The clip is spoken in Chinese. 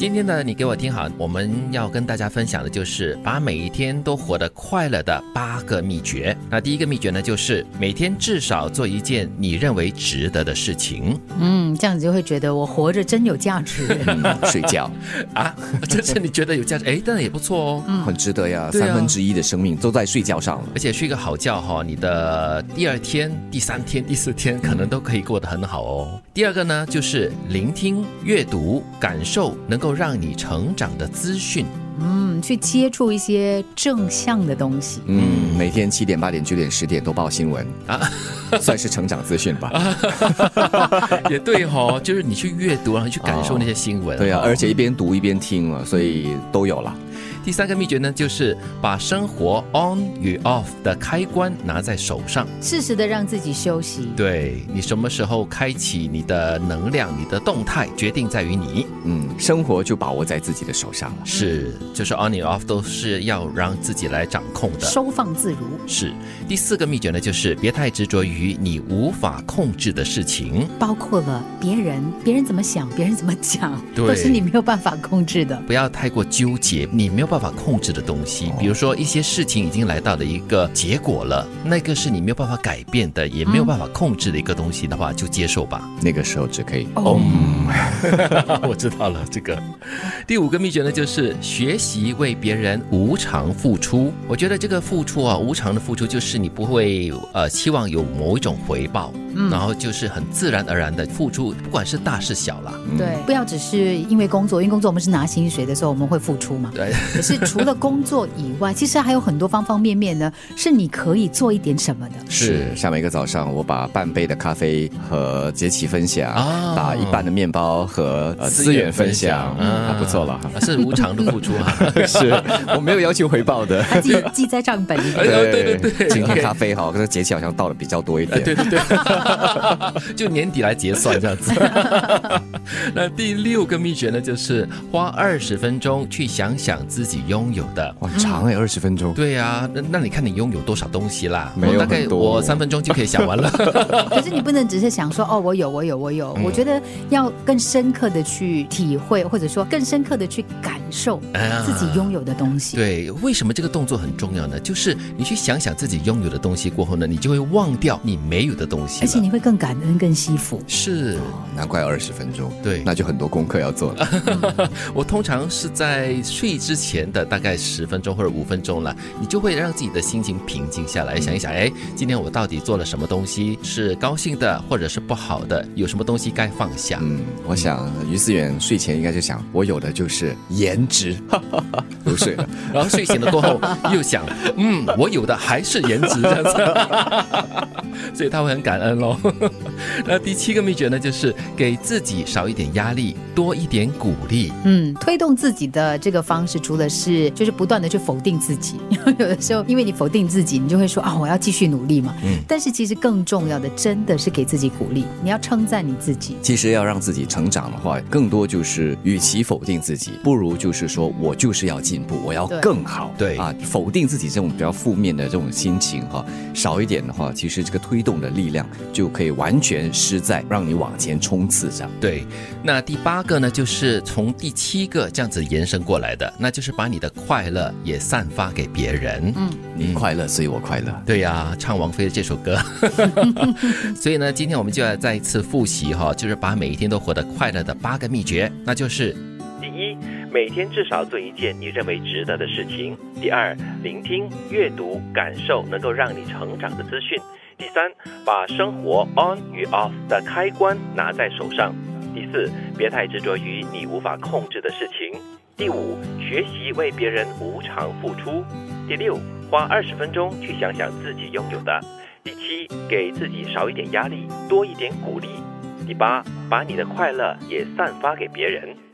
今天呢，你给我听好，我们要跟大家分享的就是把每一天都活得快乐的8个秘诀。那第一个秘诀呢，就是每天至少做一件你认为值得的事情。 这样子就会觉得我活着真有价值。 睡觉啊，这是你觉得有价值？哎，当然也不错哦， 很值得呀。 对啊 1/3的生命都在睡觉上了。 而且睡个好觉哈，你的第2天、第3天、第4天可能都可以过得很好哦。第二个呢，就是聆听、阅读、感受能够让你成长的资讯。 去接触一些正向的东西。 每天7点、8点、9点、10点都报新闻啊，算是成长资讯吧。 也对哦，就是你去阅读，然后去感受那些新闻。 对啊，而且一边读一边听了，所以都有了。 第3个秘诀呢，就是把生活 on 与 off 的开关拿在手上， 适时的让自己休息。 对，你什么时候开启你的能量，你的动态决定在于你。 生活就把握在自己的手上了。 是，就是 on 与 off 都是要让自己来掌控的， 收放自如。 是。第4个秘诀呢，就是别太执着于你无法控制的事情， 包括了别人怎么想，别人怎么讲， 对， 都是你没有办法控制的。 不要太过纠结你没有办法控制的东西，比如说一些事情已经来到了一个结果了，那个是你没有办法改变的，也没有办法控制的一个东西的话，就接受吧。 那个时候只可以我知道了这个。第5个秘诀呢，就是学习为别人无偿付出。我觉得这个付出啊，无偿的付出就是你不会期望有某一种回报，然后就是很自然而然的付出，不管是大是小啦。 对，不要只是因为工作，因为工作我们是拿薪水的时候我们会付出嘛。 对。 可是除了工作以外，其实还有很多方方面面呢，是你可以做一点什么的。 是，像每个早上我把半杯的咖啡和杰奇分享，打一半的面包和资源分享，不错了， 是无偿的付出啊。 是我没有要求回报的， 记在账本里面。 对，请喝咖啡哈，可是杰奇好像倒的比较多一点。 对，就年底来结算这样子。那第6个秘诀呢，就是花20分钟去想想自己拥有的。 哇，长20分钟。 对啊，那你看你拥有多少东西啦？ 没有大概我3分钟就可以想完了。 可是你不能只是想说我有。我觉得要更深刻的去体会，或者说更深刻的去感受自己拥有的东西。 对，为什么这个动作很重要呢？就是你去想想自己拥有的东西过后呢，你就会忘掉你没有的东西了， 而且你会更感恩、更惜福。 是， 难怪20分钟。 对， 那就很多功课要做了。 我通常是在睡之前的大概10分钟或者5分钟了，你就会让自己的心情平静下来，想一想，今天我到底做了什么东西是高兴的，或者是不好的，有什么东西该放下。 我想于思远睡前应该就想，我有的就是颜值，入睡了。 然后睡醒了过后又想，我有的还是颜值这样子。所以他会很感恩咯。那第7个秘诀呢，就是给自己少一点压力，多一点鼓励。 推动自己的这个方式，除了是就是不断的去否定自己，有的时候因为你否定自己，你就会说我要继续努力嘛。但是其实更重要的真的是给自己鼓励，你要称赞你自己。 其实要让自己成长的话，更多就是与其否定自己，不如就是说我就是要进步，我要更好。 对否定自己这种比较负面的这种心情少一点的话，其实这个推动的力量就可以完全施在让你往前冲刺上。 对，那第8个呢，就是从第7个这样子延伸过来的，那就是把你的快乐也散发给别人。 你快乐，所以我快乐。 对呀，唱王菲的这首歌。所以呢，今天我们就要再一次复习就是把每一天都活得快乐的8个秘诀，那就是第1，每天至少做一件你认为值得的事情；第2，聆听、阅读、感受能够让你成长的资讯；第3，把生活 on 与 off 的开关拿在手上；第4，别太执着于你无法控制的事情；第5，学习为别人无偿付出；第6，花20分钟去想想自己拥有的；第7，给自己少一点压力，多一点鼓励；第8，把你的快乐也散发给别人。